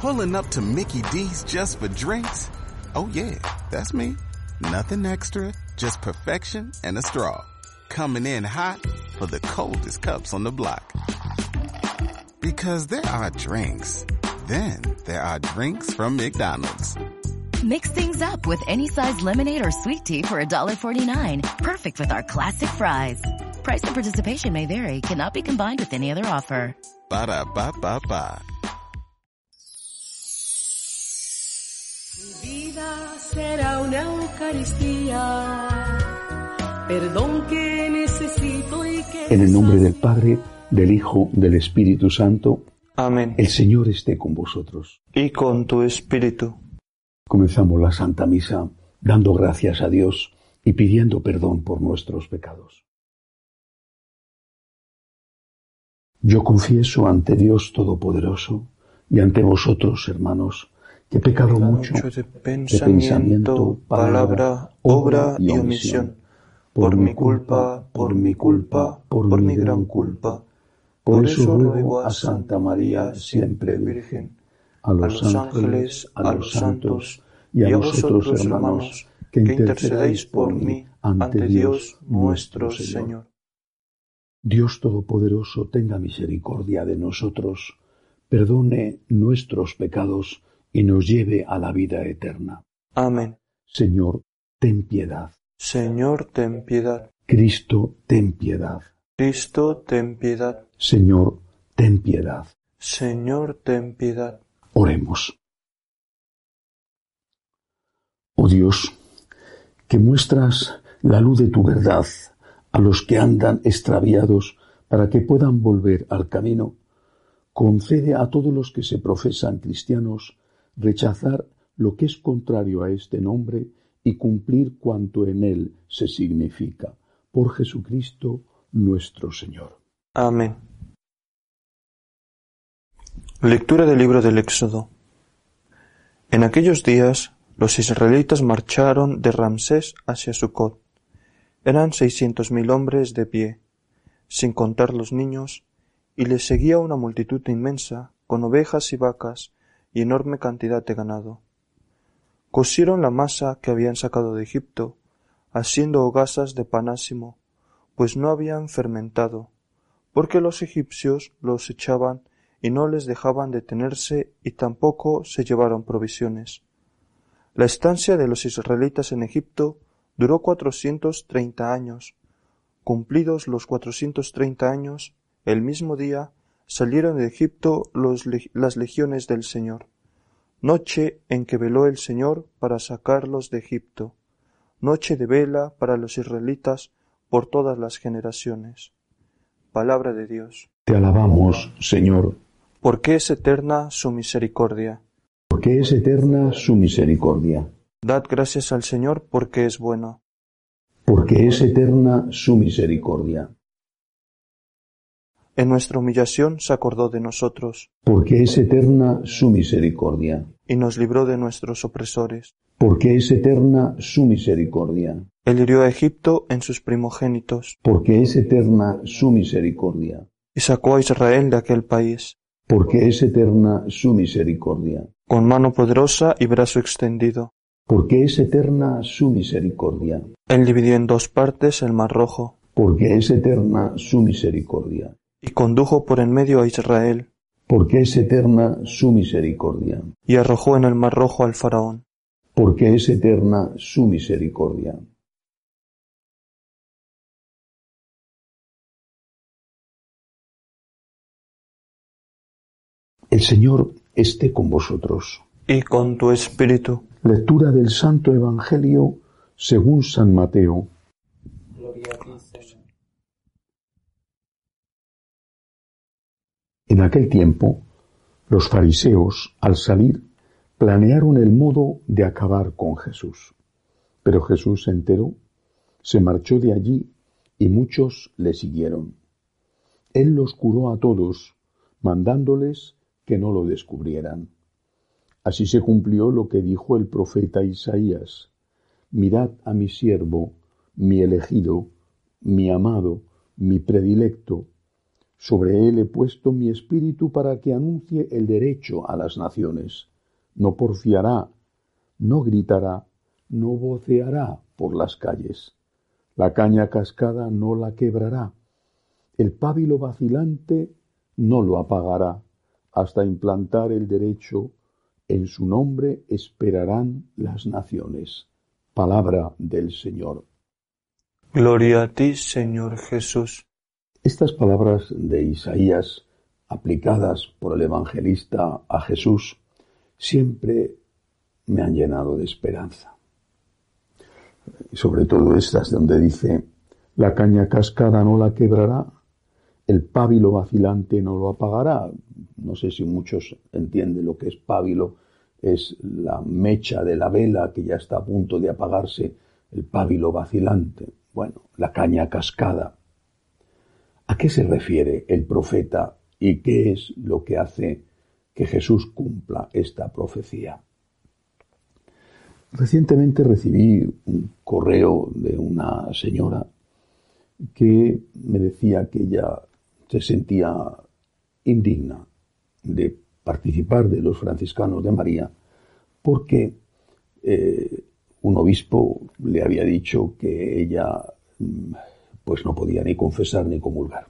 Pulling up to Mickey D's just for drinks? Oh yeah, that's me. Nothing extra, just perfection and a straw. Coming in hot for the coldest cups on the block. Because there are drinks. Then there are drinks from McDonald's. Mix things up with any size lemonade or sweet tea for $1.49. Perfect with our classic fries. Price and participation may vary. Cannot be combined with any other offer. Ba-da-ba-ba-ba. Mi vida será una Eucaristía. Perdón que necesito y que... En el nombre del Padre, del Hijo, del Espíritu Santo. Amén. El Señor esté con vosotros. Y con tu espíritu. Comenzamos la Santa Misa dando gracias a Dios y pidiendo perdón por nuestros pecados. Yo confieso ante Dios Todopoderoso y ante vosotros, hermanos, que he pecado mucho de pensamiento, palabra, obra y omisión. Por mi culpa, por mi gran culpa. Por eso ruego a Santa María, siempre Virgen, a los ángeles, a los santos y a vosotros, hermanos, que intercedáis por mí ante Dios nuestro Señor. Dios Todopoderoso tenga misericordia de nosotros, perdone nuestros pecados y nos lleve a la vida eterna. Amén. Señor, ten piedad. Señor, ten piedad. Cristo, ten piedad. Cristo, ten piedad. Señor, ten piedad. Señor, ten piedad. Oremos. Oh Dios, que muestras la luz de tu verdad a los que andan extraviados para que puedan volver al camino, concede a todos los que se profesan cristianos rechazar lo que es contrario a este nombre y cumplir cuanto en él se significa. Por Jesucristo nuestro Señor. Amén. Lectura del libro del Éxodo. En aquellos días los israelitas marcharon de Ramsés hacia Sucot. Eran 600.000 hombres de pie, sin contar los niños, y les seguía una multitud inmensa, con ovejas y vacas y enorme cantidad de ganado. Cosieron la masa que habían sacado de Egipto, haciendo hogazas de pan ácimo, pues no habían fermentado, porque los egipcios los echaban y no les dejaban detenerse, y tampoco se llevaron provisiones. La estancia de los israelitas en Egipto duró 430 años. Cumplidos los 430 años, el mismo día salieron de Egipto las legiones del Señor, noche en que veló el Señor para sacarlos de Egipto, noche de vela para los israelitas por todas las generaciones. Palabra de Dios. Te alabamos, Señor. Porque es eterna su misericordia. Porque es eterna su misericordia. Dad gracias al Señor porque es bueno. Porque es eterna su misericordia. En nuestra humillación se acordó de nosotros. Porque es eterna su misericordia. Y nos libró de nuestros opresores. Porque es eterna su misericordia. Él hirió a Egipto en sus primogénitos. Porque es eterna su misericordia. Y sacó a Israel de aquel país. Porque es eterna su misericordia. Con mano poderosa y brazo extendido. Porque es eterna su misericordia. Él dividió en dos partes el mar Rojo. Porque es eterna su misericordia. Y condujo por en medio a Israel. Porque es eterna su misericordia. Y arrojó en el mar Rojo al faraón. Porque es eterna su misericordia. El Señor esté con vosotros. Y con tu espíritu. Lectura del Santo Evangelio según San Mateo. Gloria a ti. En aquel tiempo, los fariseos, al salir, planearon el modo de acabar con Jesús. Pero Jesús se enteró, se marchó de allí y muchos le siguieron. Él los curó a todos, mandándoles que no lo descubrieran. Así se cumplió lo que dijo el profeta Isaías: mirad a mi siervo, mi elegido, mi amado, mi predilecto. Sobre él he puesto mi espíritu para que anuncie el derecho a las naciones. No porfiará, no gritará, no voceará por las calles. La caña cascada no la quebrará. El pábilo vacilante no lo apagará. Hasta implantar el derecho, en su nombre esperarán las naciones. Palabra del Señor. Gloria a ti, Señor Jesús. Estas palabras de Isaías, aplicadas por el evangelista a Jesús, siempre me han llenado de esperanza. Sobre todo estas donde dice, la caña cascada no la quebrará, el pábilo vacilante no lo apagará. No sé si muchos entienden lo que es pábilo, es la mecha de la vela que ya está a punto de apagarse, el pábilo vacilante. Bueno, la caña cascada. ¿A qué se refiere el profeta y qué es lo que hace que Jesús cumpla esta profecía? Recientemente recibí un correo de una señora que me decía que ella se sentía indigna de participar de los franciscanos de María porque un obispo le había dicho que ella pues no podía ni confesar ni comulgar.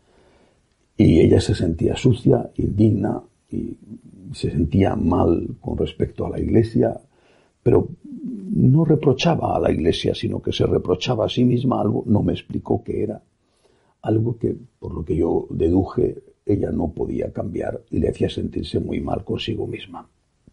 Y ella se sentía sucia, indigna y se sentía mal con respecto a la Iglesia, pero no reprochaba a la Iglesia, sino que se reprochaba a sí misma algo, no me explicó qué era, algo que, por lo que yo deduje, ella no podía cambiar y le hacía sentirse muy mal consigo misma.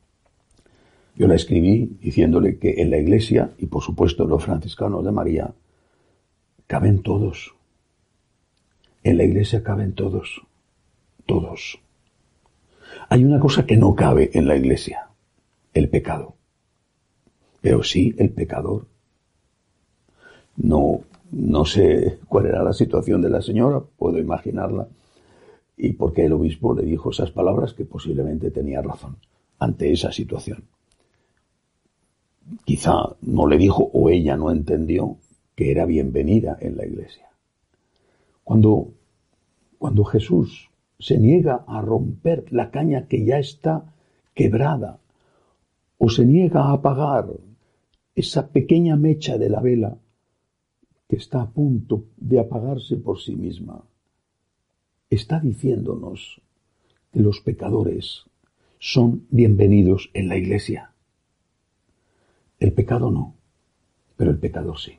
Yo la escribí diciéndole que en la Iglesia, y por supuesto en los franciscanos de María, caben todos. En la Iglesia caben todos. Todos. Hay una cosa que no cabe en la Iglesia, el pecado. Pero sí el pecador. No sé cuál era la situación de la señora, puedo imaginarla, y por qué el obispo le dijo esas palabras, que posiblemente tenía razón ante esa situación. Quizá no le dijo o ella no entendió que era bienvenida en la Iglesia. Cuando Jesús se niega a romper la caña que ya está quebrada, o se niega a apagar esa pequeña mecha de la vela que está a punto de apagarse por sí misma, está diciéndonos que los pecadores son bienvenidos en la Iglesia. El pecado no, pero el pecador sí.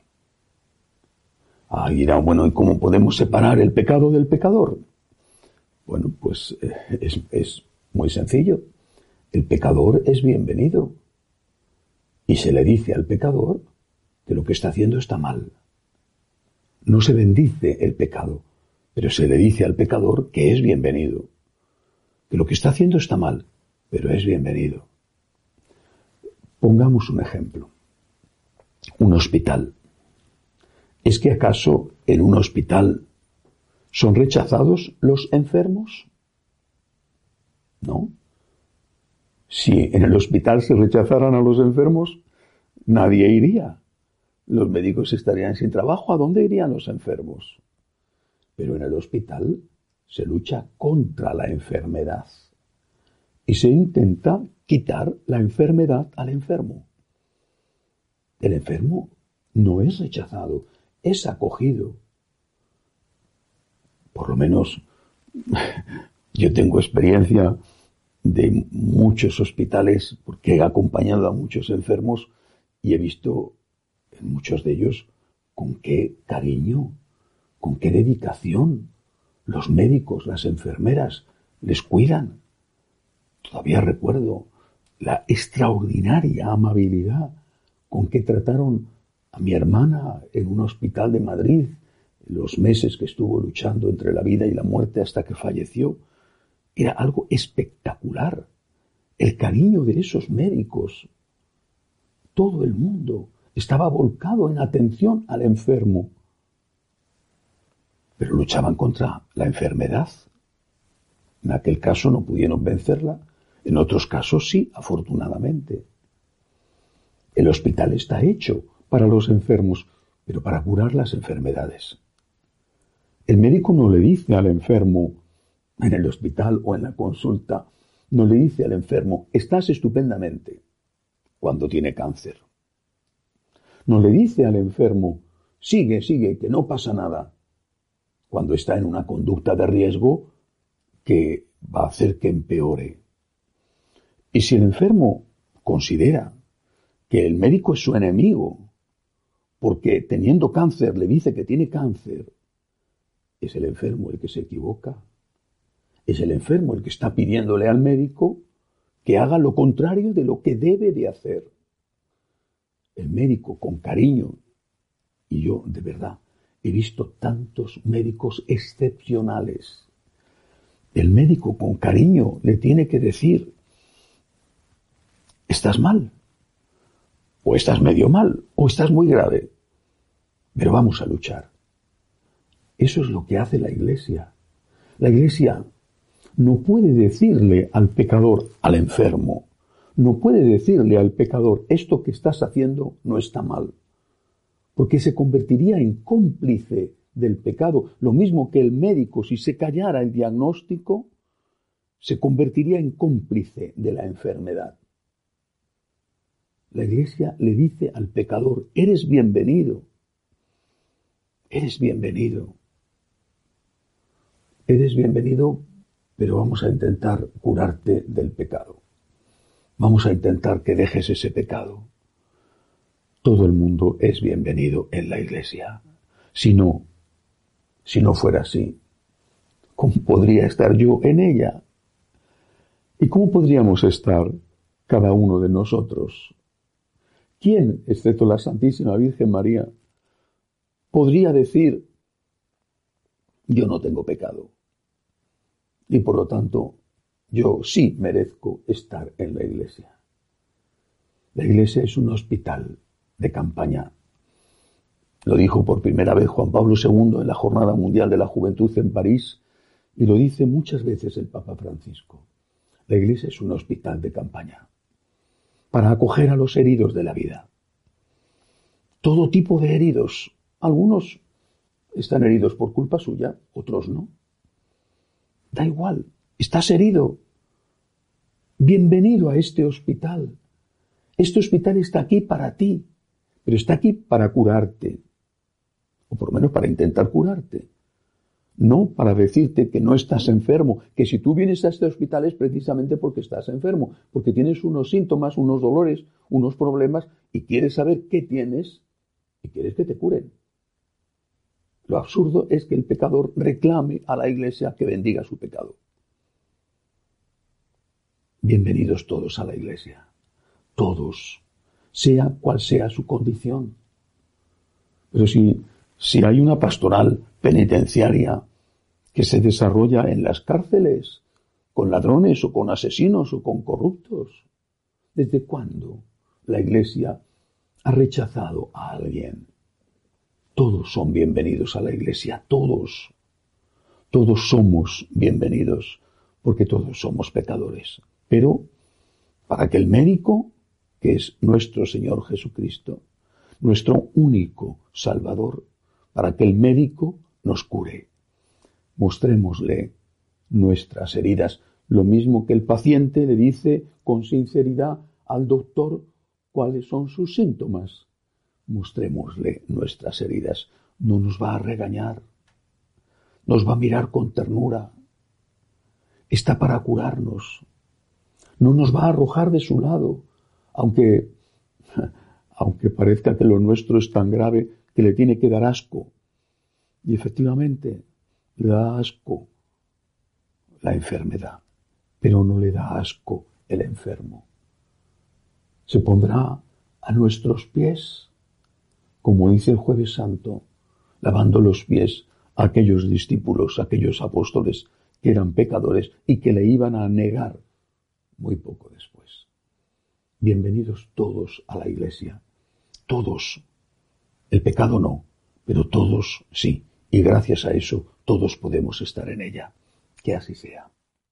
Dirá, bueno, ¿y cómo podemos separar el pecado del pecador? Bueno, pues es muy sencillo. El pecador es bienvenido. Y se le dice al pecador que lo que está haciendo está mal. No se bendice el pecado, pero se le dice al pecador que es bienvenido. Que lo que está haciendo está mal, pero es bienvenido. Pongamos un ejemplo. Un hospital. ¿Es que acaso en un hospital son rechazados los enfermos? No. Si en el hospital se rechazaran a los enfermos, nadie iría. Los médicos estarían sin trabajo. ¿A dónde irían los enfermos? Pero en el hospital se lucha contra la enfermedad y se intenta quitar la enfermedad al enfermo. El enfermo no es rechazado, es acogido. Por lo menos yo tengo experiencia de muchos hospitales porque he acompañado a muchos enfermos y he visto en muchos de ellos con qué cariño, con qué dedicación los médicos, las enfermeras les cuidan. Todavía recuerdo la extraordinaria amabilidad con que trataron a mi hermana en un hospital de Madrid, los meses que estuvo luchando entre la vida y la muerte hasta que falleció. Era algo espectacular. El cariño de esos médicos. Todo el mundo estaba volcado en atención al enfermo. Pero luchaban contra la enfermedad. En aquel caso no pudieron vencerla. En otros casos sí, afortunadamente. El hospital está hecho para los enfermos, pero para curar las enfermedades. El médico no le dice al enfermo en el hospital o en la consulta, no le dice al enfermo, estás estupendamente, cuando tiene cáncer. No le dice al enfermo, sigue, que no pasa nada, cuando está en una conducta de riesgo que va a hacer que empeore. Y si el enfermo considera que el médico es su enemigo, porque teniendo cáncer le dice que tiene cáncer, es el enfermo el que se equivoca. Es el enfermo el que está pidiéndole al médico que haga lo contrario de lo que debe de hacer. El médico con cariño, y yo de verdad he visto tantos médicos excepcionales. El médico con cariño le tiene que decir, estás mal, o estás medio mal, o estás muy grave, pero vamos a luchar. Eso es lo que hace la Iglesia. La Iglesia no puede decirle al pecador, al enfermo, no puede decirle al pecador, esto que estás haciendo no está mal, porque se convertiría en cómplice del pecado. Lo mismo que el médico, si se callara el diagnóstico, se convertiría en cómplice de la enfermedad. La Iglesia le dice al pecador, eres bienvenido, eres bienvenido, eres bienvenido, pero vamos a intentar curarte del pecado. Vamos a intentar que dejes ese pecado. Todo el mundo es bienvenido en la Iglesia. Si no fuera así, ¿cómo podría estar yo en ella? ¿Y cómo podríamos estar cada uno de nosotros? ¿Quién, excepto la Santísima Virgen María, podría decir, yo no tengo pecado? Y por lo tanto, yo sí merezco estar en la Iglesia. La Iglesia es un hospital de campaña. Lo dijo por primera vez Juan Pablo II en la Jornada Mundial de la Juventud en París, y lo dice muchas veces el Papa Francisco. La Iglesia es un hospital de campaña para acoger a los heridos de la vida. Todo tipo de heridos. Algunos están heridos por culpa suya, otros no. Da igual, estás herido. Bienvenido a este hospital. Este hospital está aquí para ti, pero está aquí para curarte, o por lo menos para intentar curarte. No para decirte que no estás enfermo, que si tú vienes a este hospital es precisamente porque estás enfermo, porque tienes unos síntomas, unos dolores, unos problemas, y quieres saber qué tienes y quieres que te curen. Lo absurdo es que el pecador reclame a la Iglesia que bendiga su pecado. Bienvenidos todos a la Iglesia. Todos. Sea cual sea su condición. Pero si hay una pastoral penitenciaria que se desarrolla en las cárceles, con ladrones o con asesinos o con corruptos, ¿desde cuándo la Iglesia ha rechazado a alguien? Todos son bienvenidos a la Iglesia, todos. Todos somos bienvenidos, porque todos somos pecadores. Pero para que el médico, que es nuestro Señor Jesucristo, nuestro único Salvador, para que el médico nos cure, mostrémosle nuestras heridas, lo mismo que el paciente le dice con sinceridad al doctor cuáles son sus síntomas. Mostrémosle nuestras heridas. No nos va a regañar, nos va a mirar con ternura, está para curarnos, no nos va a arrojar de su lado, aunque parezca que lo nuestro es tan grave que le tiene que dar asco. Y efectivamente le da asco la enfermedad, pero no le da asco el enfermo. Se pondrá a nuestros pies, como dice el Jueves Santo, lavando los pies a aquellos discípulos, a aquellos apóstoles que eran pecadores y que le iban a negar muy poco después. Bienvenidos todos a la Iglesia. Todos. El pecado no, pero todos sí. Y gracias a eso todos podemos estar en ella. Que así sea.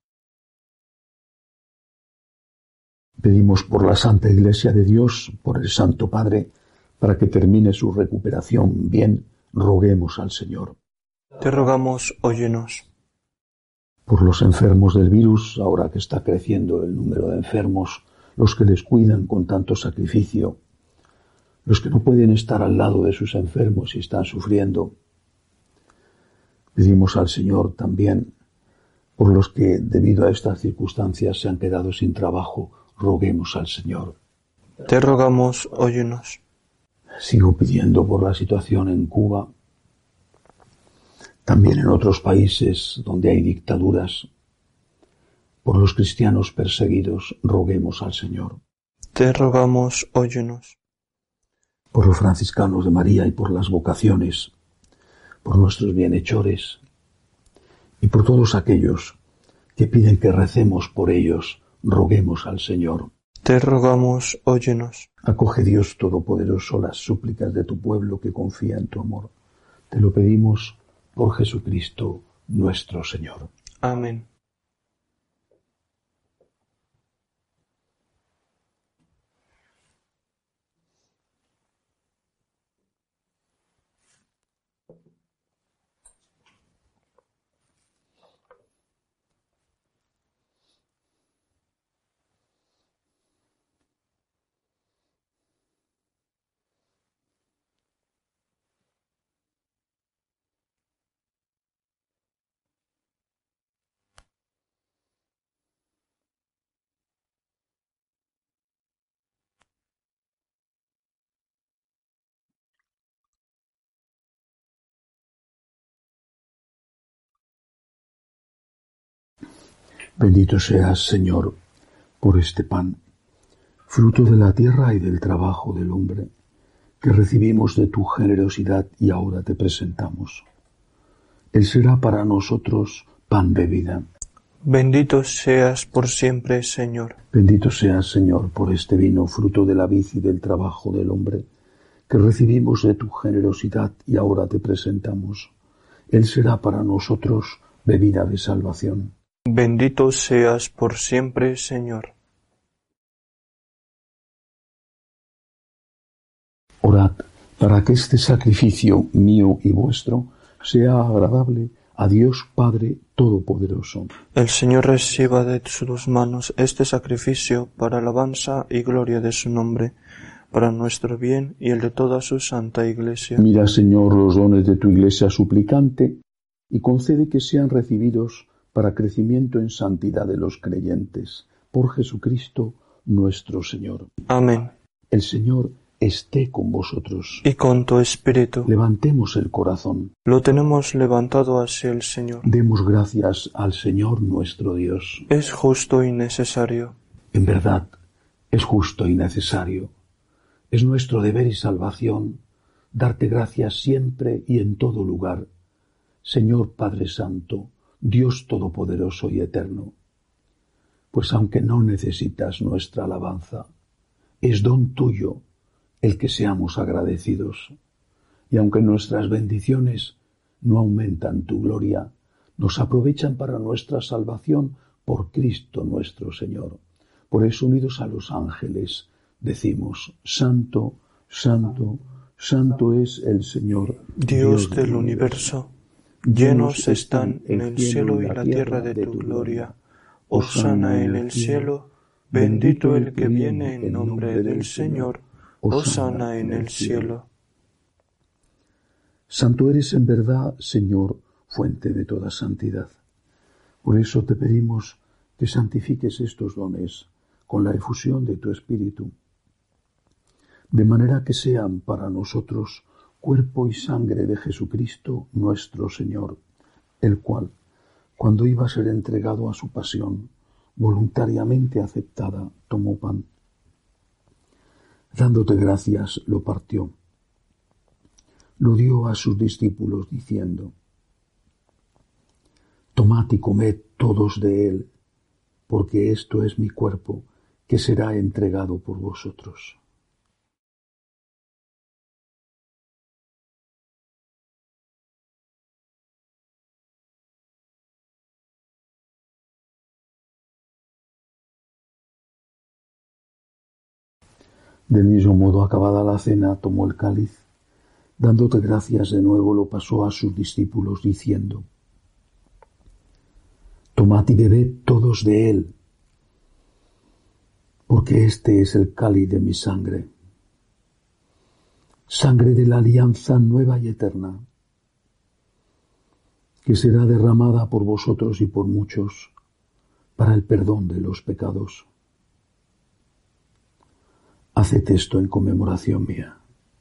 Pedimos por la Santa Iglesia de Dios, por el Santo Padre, para que termine su recuperación bien, roguemos al Señor. Te rogamos, óyenos. Por los enfermos del virus, ahora que está creciendo el número de enfermos, los que les cuidan con tanto sacrificio, los que no pueden estar al lado de sus enfermos y están sufriendo. Pedimos al Señor también por los que, debido a estas circunstancias, se han quedado sin trabajo, roguemos al Señor. Te rogamos, óyenos. Sigo pidiendo por la situación en Cuba, también en otros países donde hay dictaduras. Por los cristianos perseguidos, roguemos al Señor. Te rogamos, óyenos. Por los franciscanos de María y por las vocaciones, por nuestros bienhechores y por todos aquellos que piden que recemos por ellos, roguemos al Señor. Te rogamos, óyenos. Acoge, Dios Todopoderoso, las súplicas de tu pueblo que confía en tu amor. Te lo pedimos por Jesucristo nuestro Señor. Amén. Bendito seas, Señor, por este pan, fruto de la tierra y del trabajo del hombre, que recibimos de tu generosidad y ahora te presentamos. Él será para nosotros pan de vida. Bendito seas por siempre, Señor. Bendito seas, Señor, por este vino, fruto de la vid y del trabajo del hombre, que recibimos de tu generosidad y ahora te presentamos. Él será para nosotros bebida de salvación. Bendito seas por siempre, Señor. Orad para que este sacrificio mío y vuestro sea agradable a Dios Padre Todopoderoso. El Señor reciba de sus manos este sacrificio para alabanza y gloria de su nombre, para nuestro bien y el de toda su santa Iglesia. Mira, Señor, los dones de tu Iglesia suplicante y concede que sean recibidos para crecimiento en santidad de los creyentes, por Jesucristo nuestro Señor. Amén. El Señor esté con vosotros. Y con tu espíritu. Levantemos el corazón. Lo tenemos levantado hacia el Señor. Demos gracias al Señor nuestro Dios. Es justo y necesario. En verdad, es justo y necesario. Es nuestro deber y salvación darte gracias siempre y en todo lugar, Señor Padre Santo, Dios Todopoderoso y Eterno. Pues aunque no necesitas nuestra alabanza, es don tuyo el que seamos agradecidos. Y aunque nuestras bendiciones no aumentan tu gloria, nos aprovechan para nuestra salvación por Cristo nuestro Señor. Por eso, unidos a los ángeles, decimos: Santo, Santo, Santo es el Señor, Dios del universo. Llenos están en el cielo y la tierra de tu gloria. Hosana en el cielo, bendito el que viene en nombre del Señor. Hosana en el cielo. Santo eres en verdad, Señor, fuente de toda santidad. Por eso te pedimos que santifiques estos dones con la efusión de tu Espíritu, de manera que sean para nosotros cuerpo y sangre de Jesucristo nuestro Señor, el cual, cuando iba a ser entregado a su pasión, voluntariamente aceptada, tomó pan. Dándote gracias, lo partió. Lo dio a sus discípulos, diciendo: Tomad y comed todos de él, porque esto es mi cuerpo, que será entregado por vosotros. Del mismo modo, acabada la cena, tomó el cáliz Dándote gracias de nuevo, lo pasó a sus discípulos, diciendo: Tomad y bebed todos de él, porque este es el cáliz de mi sangre, sangre de la alianza nueva y eterna, que será derramada por vosotros y por muchos para el perdón de los pecados. Haced esto en conmemoración mía.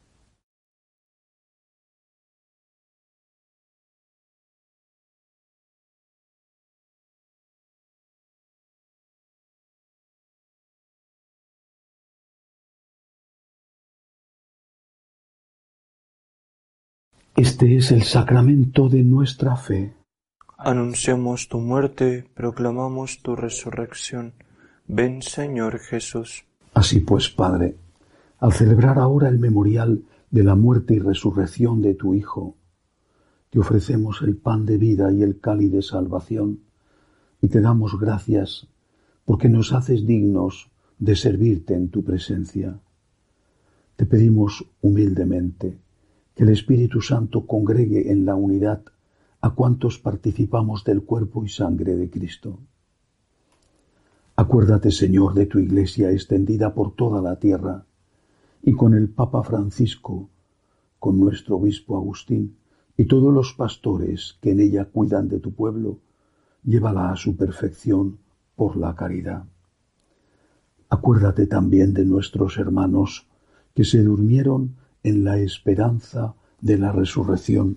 Este es el sacramento de nuestra fe. Anunciamos tu muerte, proclamamos tu resurrección. Ven, Señor Jesús. Así pues, Padre, al celebrar ahora el memorial de la muerte y resurrección de tu Hijo, te ofrecemos el pan de vida y el cáliz de salvación, y te damos gracias porque nos haces dignos de servirte en tu presencia. Te pedimos humildemente que el Espíritu Santo congregue en la unidad a cuantos participamos del cuerpo y sangre de Cristo. Acuérdate, Señor, de tu Iglesia extendida por toda la tierra, y con el Papa Francisco, con nuestro obispo Agustín y todos los pastores que en ella cuidan de tu pueblo, llévala a su perfección por la caridad. Acuérdate también de nuestros hermanos que se durmieron en la esperanza de la resurrección,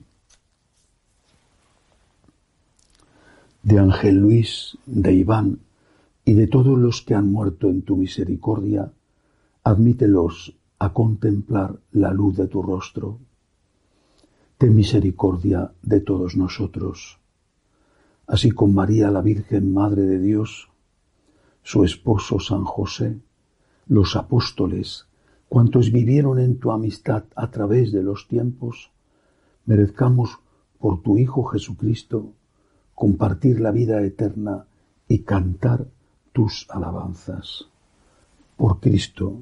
de Ángel Luis, de Iván y de todos los que han muerto en tu misericordia. Admítelos a contemplar la luz de tu rostro. Ten misericordia de todos nosotros, así con María la Virgen Madre de Dios, su esposo San José, los apóstoles, cuantos vivieron en tu amistad a través de los tiempos, merezcamos por tu Hijo Jesucristo compartir la vida eterna y cantar tus alabanzas. Por Cristo,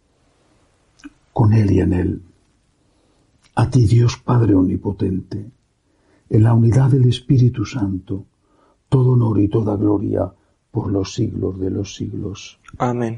con Él y en Él, a ti Dios Padre Omnipotente, en la unidad del Espíritu Santo, todo honor y toda gloria por los siglos de los siglos. Amén.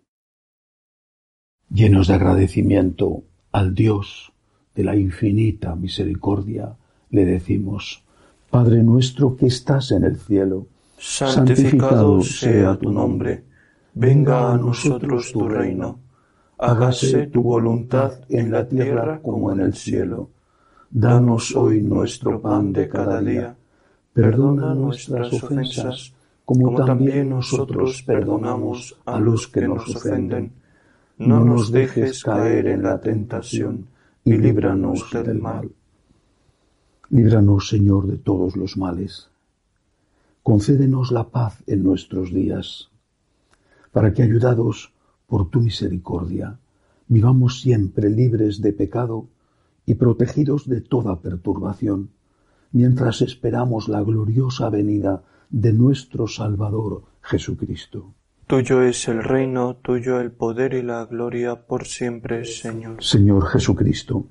Llenos de agradecimiento al Dios de la infinita misericordia, le decimos: Padre nuestro que estás en el cielo, santificado sea tu nombre, venga a nosotros tu reino, hágase tu voluntad en la tierra como en el cielo. Danos hoy nuestro pan de cada día, perdona nuestras ofensas, como también nosotros perdonamos a los que nos ofenden. No nos dejes caer en la tentación, y líbranos del mal. Líbranos, Señor, de todos los males. Concédenos la paz en nuestros días, para que, ayudados por tu misericordia, vivamos siempre libres de pecado y protegidos de toda perturbación, mientras esperamos la gloriosa venida de nuestro Salvador Jesucristo. Tuyo es el reino, tuyo el poder y la gloria por siempre, Señor. Señor Jesucristo,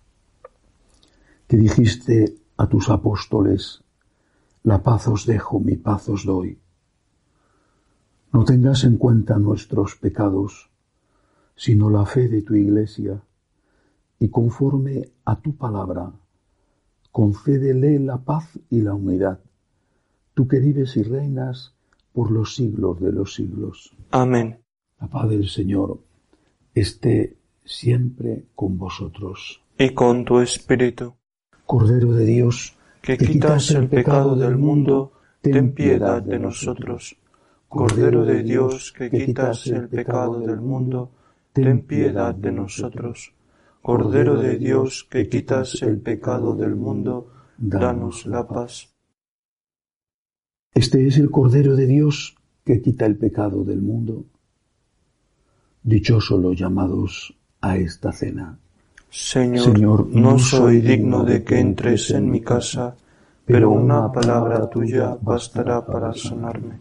que dijiste a tus apóstoles: la paz os dejo, mi paz os doy. No tengas en cuenta nuestros pecados, sino la fe de tu Iglesia, y conforme a tu palabra, concédele la paz y la unidad, tú que vives y reinas por los siglos de los siglos. Amén. La paz del Señor esté siempre con vosotros. Y con tu espíritu. Cordero de Dios, que quitas el pecado del mundo, ten piedad de nosotros. Cordero de Dios, que quitas el pecado del mundo, ten piedad de nosotros. Cordero de Dios, que quitas el pecado del mundo, danos la paz. Este es el Cordero de Dios que quita el pecado del mundo. Dichosos los llamados a esta cena. Señor, no soy digno de que entres en mi casa, pero una palabra tuya bastará para sanarme.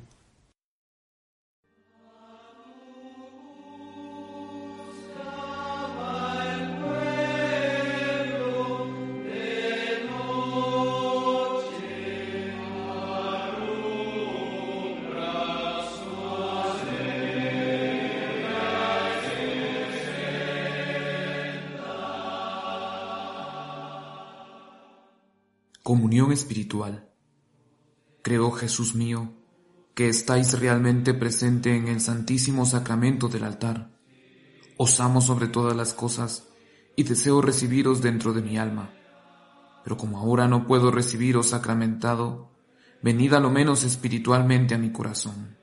Comunión espiritual. Creo, Jesús mío, que estáis realmente presente en el Santísimo Sacramento del altar. Os amo sobre todas las cosas y deseo recibiros dentro de mi alma. Pero como ahora no puedo recibiros sacramentado, venid a lo menos espiritualmente a mi corazón.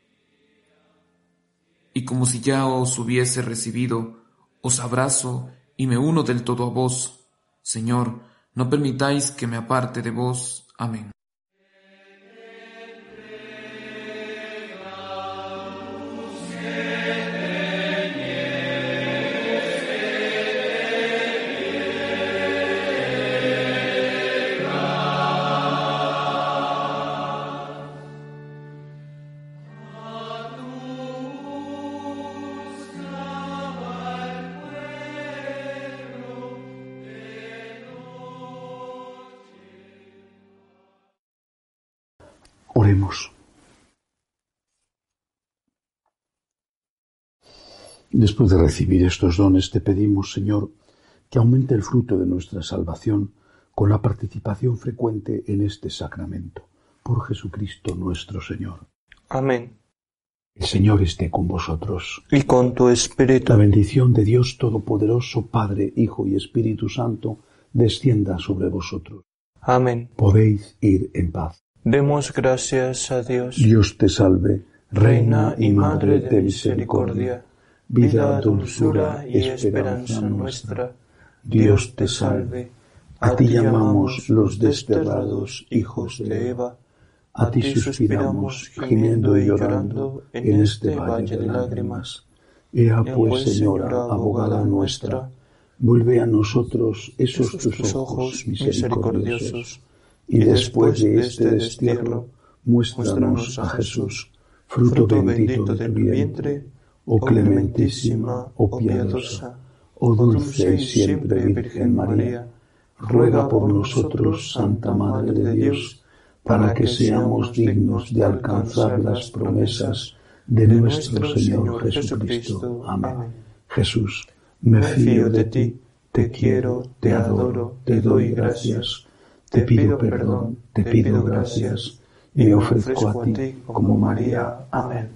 Y como si ya os hubiese recibido, os abrazo y me uno del todo a vos. Señor, no permitáis que me aparte de vos. Amén. Oremos. Después de recibir estos dones, te pedimos, Señor, que aumente el fruto de nuestra salvación con la participación frecuente en este sacramento. Por Jesucristo nuestro Señor. Amén. El Señor esté con vosotros. Y con tu espíritu. La bendición de Dios Todopoderoso, Padre, Hijo y Espíritu Santo, descienda sobre vosotros. Amén. Podéis ir en paz. Demos gracias a Dios. Dios te salve, Reina y Madre de misericordia, vida, dulzura y esperanza nuestra. Dios te salve. A ti llamamos los desterrados hijos de Eva. A ti suspiramos, gimiendo y llorando en este valle de lágrimas. Ea pues, Señora, abogada nuestra, vuelve a nosotros esos tus ojos misericordiosos, y después de este destierro, muéstranos a Jesús, fruto bendito de tu vientre, oh clementísima, oh piadosa, oh dulce y siempre Virgen María, ruega por nosotros, Santa Madre de Dios, para que seamos dignos de alcanzar las promesas de nuestro Señor Jesucristo. Amén. Jesús, me fío de ti, te quiero, te adoro, te doy gracias. Te pido perdón, te pido gracias, y me ofrezco a ti como María. Amén.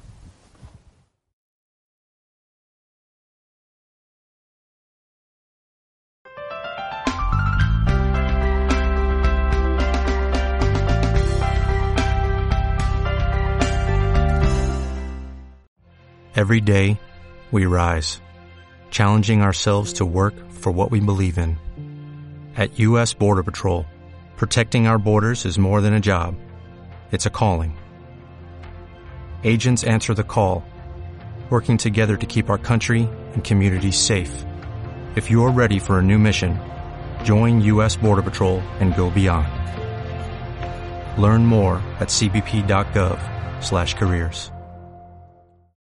Every day, we rise, challenging ourselves to work for what we believe in. At U.S. Border Patrol, protecting our borders is more than a job. It's a calling. Agents answer the call, working together to keep our country and communities safe. If you are ready for a new mission, join U.S. Border Patrol and go beyond. Learn more at cbp.gov/careers.